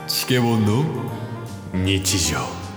チケボンの日常。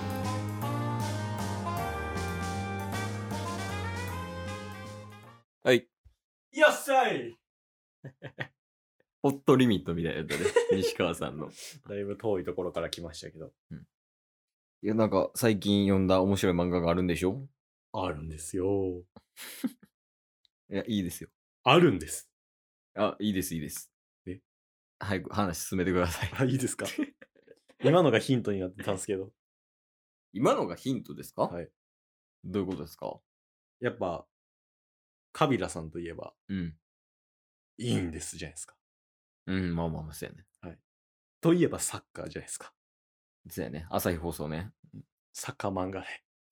はい。 よっしゃい。 ホットリミットみたいなやつだね。西川さんの。 だいぶ遠いところから来ましたけど。 いや、なんか最近読んだ面白い漫画があるんでしょ？ あるんですよ。 いや、いいですよ。 あるんです。 あ、いいです、いいです。 え？ 早く話進めてください。 あ、いいですか。今のがヒントになってたんですけど。 今のがヒントですか？ はい。 どういうことですか？ やっぱ、カビラさんといえば、 うん。 いいんですじゃないですか。 うん、まあまあまあ、そうやね。 といえばサッカーじゃないですか。 そうやね。朝日放送ね。 サッカー漫画で。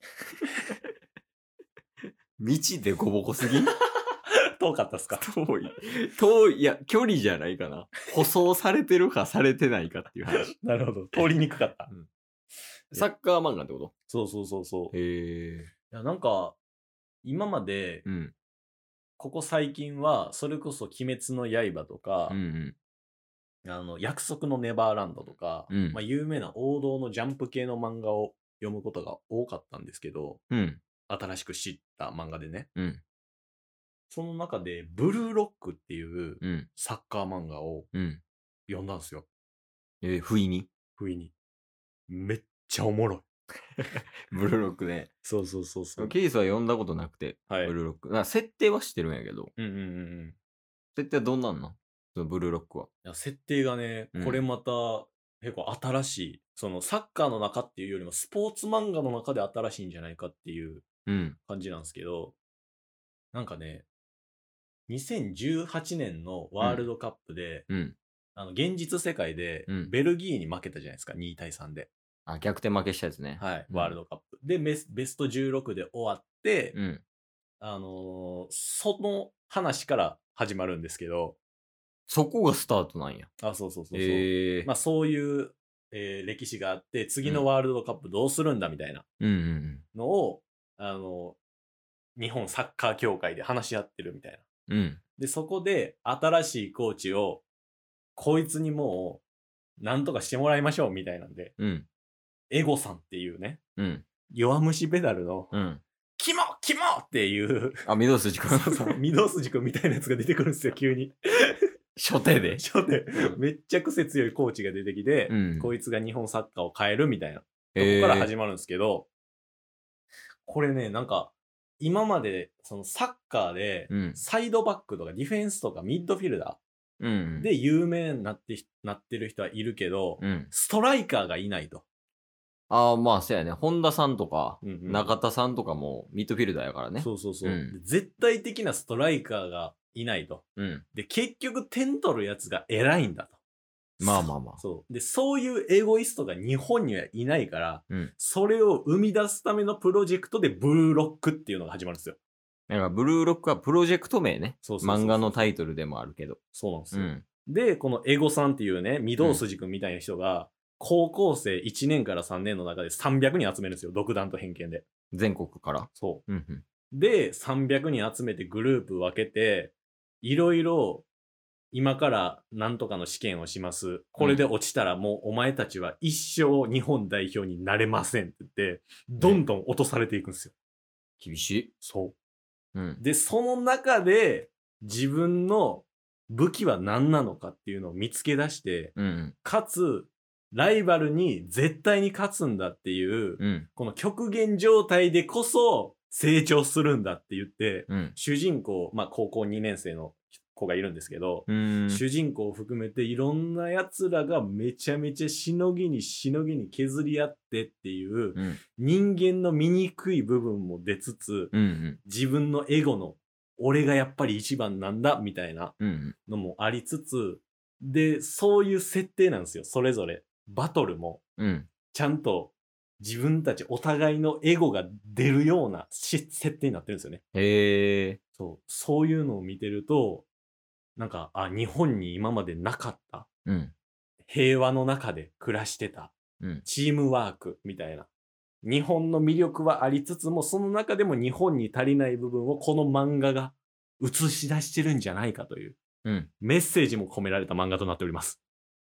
道でこぼこすぎ遠かったっすか。 遠い、いや、距離じゃないかな。舗装されてるかされてないかっていう話。 なるほど。通りにくかった。 サッカー漫画ってこそうそうそうそう。 と？へえ。 いや、なんか、今まで、 うん。 ここ最近は、それこそ鬼滅の刃とか、 うん約束のネバーランドとか、 うんまあ、有名な王道のジャンプ系の漫画を読むことが多かったんですけど、 うん。うん。 新しく知った漫画でね。 うん。 その中で、ブルーロックっていううん。 サッカー漫画をうん。 読んだんですよ。 不意に不意に。めっちゃおもろい。 ブルーロックね。 そうそうそうそう。 ケースは読んだことなくて、 はい。 ブルーロック。なんか設定は知ってるんやけど、 うんうんうんうん。い設定はどんなんなんそのブルーロックは。 や、設定がね、 うんこれまた、結構新しい。そのサッカーの中っていうよりも、スポーツ漫画の中で新しいんじゃないかっていううん。 感じなんですけど、なんかね、2018年のワールドカップで、 うん。 現実世界でうん、 ベルギーに負けたじゃないですか、2対3で。 あ、逆転負けしたやつね。 はい、 うんワールドカップ。で、ベスト16で終わって、 うん。 その話から始まるんですけど、 そこがスタートなんや。 そうそうそうそう。 まあ、 そういう、歴史があって、次のワールドカップどうするんだみたいなうんうんのを、日本サッカー協会で話し合ってるみたいな。 うん。うん。 で、そこで新しいコーチを、こいつにもう、なんとかしてもらいましょうみたいなんで、 うん。 エゴさんっていうね、 うん。 弱虫ペダルの、 うん。 キモっていう、 あ、御堂筋くん。 そうそう、御堂筋くんみたいなやつが出てくるんですよ、急に。 初手で。 初手、めっちゃ癖強いコーチが出てきて、 うんこいつが日本サッカーを変えるみたいな、とこから始まるんですけど、これね、なんか、今まで、そのサッカーでう、ん。 サイドバックとかディフェンスとかミッドフィルダうん。 ーで有名になってる人はいるけど、 うん。 ストライカーがいないと。 ああ、まあ、そうやね。本田さんとか、 うんうん中田さんとかもミッドフィルダーやからね。 そうそうそう、 うんで絶対的なストライカーがいないと。 うん。 で、結局点取るやつが偉いんだと。 まあまあまあ。 そう。で、そういうエゴイストが日本にはいないから、 うん。 それを生み出すためのプロジェクトでブルーロックっていうのが始まるんですよ。 だから、ブルーロックはプロジェクト名ね。 そうそうそうそう漫画のタイトルでもあるけど。 そうなんですよ。 うん。 で、このエゴさんっていうね、御堂筋くんみたいな人が、高校生1年から3年の中で300人集めるんですよ。独断と偏見で。 全国から。 そうんうん。 う。で、300人集めてグループ分けて、いろいろ、今から何とかの試験をします。これで落ちたらもうお前たちは一生日本代表になれませんって言って、どんどん落とされていくんですよ。 厳しい。 そうう。 ん。 で、その中で自分の武器は何なのかっていうのを見つけ出して、 うんうん。 かつ、ライバルに絶対に勝つんだっていう、 うん。 この極限状態でこそ成長するんだって言って、 うん。 主人公、まあ高校2年生の子がいるんですけど、 うん。 主人公を含めていろんな奴らがめちゃめちゃしのぎに削り合ってっていううん。 人間の醜い部分も出つつ、 うんうん。 自分のエゴの俺がやっぱり一番なんだみたいなうんのもありつつ、で、そういう設定なんですよ、それぞれ。バトルもうん。うん。 ちゃんと自分たちお互いのエゴが出るような設定になってるんですよね。 へえ。 そういうのを見てると、なんか、日本に今までなかったうん。 平和の中で暮らしてたうん。 チームワークみたいな。日本の魅力はありつつも、その中でも日本に足りない部分をこの漫画が映し出してるんじゃないかといううん。 メッセージも込められた漫画となっております。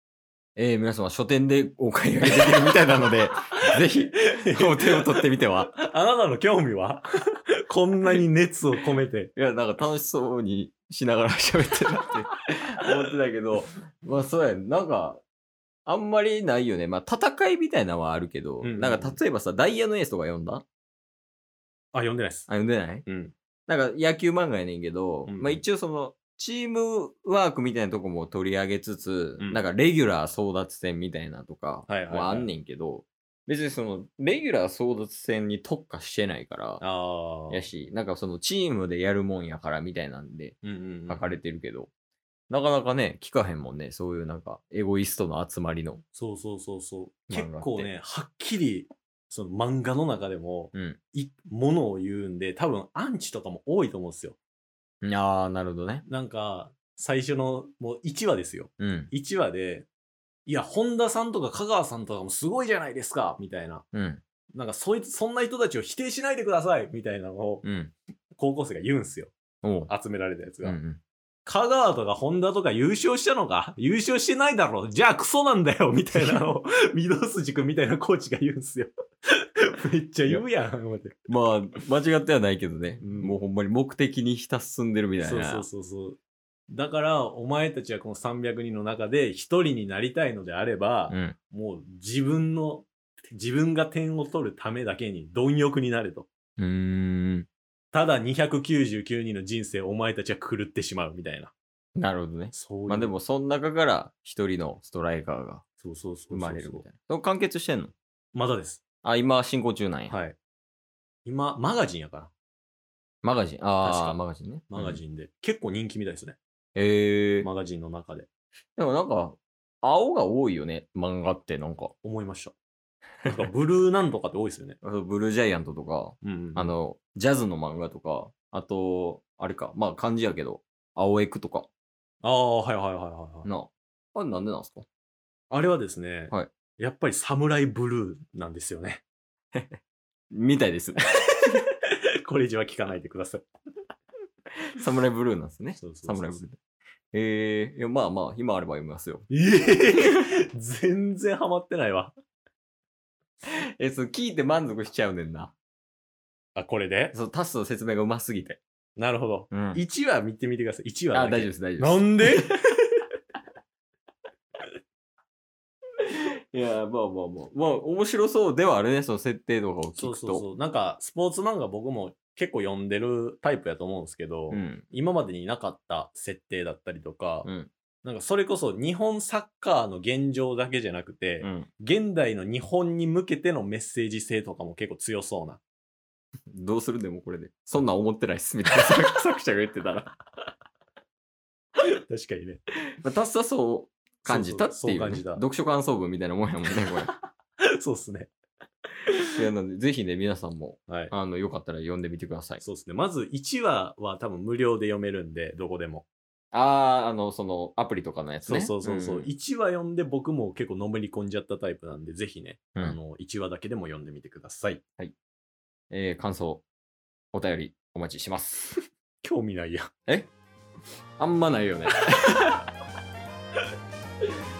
皆様書店でお買い上げできるみたいなので、ぜひ、お手を取ってみては。 あなたの興味はこんなに熱を込めて。 いや、なんか楽しそうにしながら喋ってるなって思ってたけど、まあそうやね。なんか、あんまりないよね。まあ戦いみたいなのはあるけど、 うんうんうんなんか例えばさ、ダイヤのエースとか読んだ？ 読んでないです。 読んでない？ うん。 なんか野球漫画やねんけど、 うんうんまあ一応その、チームワークみたいなとこも取り上げつつ、 うんなんかレギュラー争奪戦みたいなとかはいはいはいはあんねんけど、別にその、レギュラー争奪戦に特化してないから、 ああ。 やし、なんかそのチームでやるもんやからみたいなんでうんうんうん。 書かれてるけど、なかなかね、聞かへんもんね。そういうなんか、エゴイストの集まりの。 そうそうそうそう。 漫画って結構ね、はっきり、その漫画の中でも、 うん。 ものを言うんで、多分アンチとかも多いと思うんですよ。 ああ、なるほどね。 なんか、最初のもう1話ですよ。 うん。 1話で、いや、本田さんとか香川さんとかもすごいじゃないですかみたいな。 うん。 なんかそんな人たちを否定しないでくださいみたいなのをうん。 高校生が言うんすよ。 おう。 集められたやつが。 うん香川とか本田とか優勝したのか優勝してないだろじゃあクソなんだよみたいなのを、御堂筋くんみたいなコーチが言うんすよ。めっちゃ言うやん、思って。 まあ、間違ってはないけどね。 うんもうほんまに目的にひた進んでるみたいな。 そうそうそうそう。だから、お前たちはこの300人の中で一人になりたいのであれば、 うん。 もう自分が点を取るためだけに貪欲になれと。 うーん。 ただ299人の人生をお前たちは狂ってしまうみたいな。 なるほどね。 そういう。 まあでも、その中から一人のストライカーがそうそうそうそう。 生まれるみたいな。それ完結してんの？ まだです。 あ、今進行中なんや。 はい。今、マガジンやから。 マガジン。 確ああ、 かマガジンね。 マガジンで。結構人気みたいですね。 ママガジンの中で。 でもなんか、青が多いよね、漫画ってなんか。 思いました。なんかブルーなんとかって多いですよね。 ブルージャイアントとか、 うんうん。 ジャズの漫画とか、あと、あれか、まあ漢字やけど、青エクとか、 ああ、はいはいはいはいはい。 なあ。あれなんでなんすか？ あれはですね、 はい。 やっぱりサムライブルーなんですよね。 みたいです。 これ以上は聞かないでください。 サムライブルーなんですね。 そうそうそうそうサムライブルー。いや、まあまあ、暇あれば読みますよ。 全然ハマってないわ。 聞いて満足しちゃうねんな。 あ、これでタスの説明がうますぎて。 なるほど。 うん 1話見てみてください。1話だあ、 け。 大丈夫です、大丈夫です。 なんでいや、まあまあまあ。まあ、面白そうではあるね、その設定とかを聞くと。 そうそうそう。なんか、スポーツ漫画僕も結構読んでるタイプやと思うんですけど、 うん。 今までになかった設定だったりとか、 うん。 なんかそれこそ日本サッカーの現状だけじゃなくて、 うん。 現代の日本に向けてのメッセージ性とかも結構強そうな。 どうするでもこれで。そんなん思ってないっす、みたいな作者が言ってたら。 確かにね。 まあ、タスはそう感じたっていう、ね。 そう感じた読書感想文みたいなもんやもんね、これ。 そうっすね。 いや、なんで、ぜひね、皆さんも、 はい。 よかったら読んでみてください。 そうっすね。まず1話は多分無料で読めるんで、どこでも。 その、アプリとかのやつそうね。 そうそうそう。 ん 1話読んで僕も結構のめり込んじゃったタイプなんで、ぜひね、 うん 1話だけでも読んでみてください。 感想、お便りお待ちします。 興味ないやん。 あんまないよね。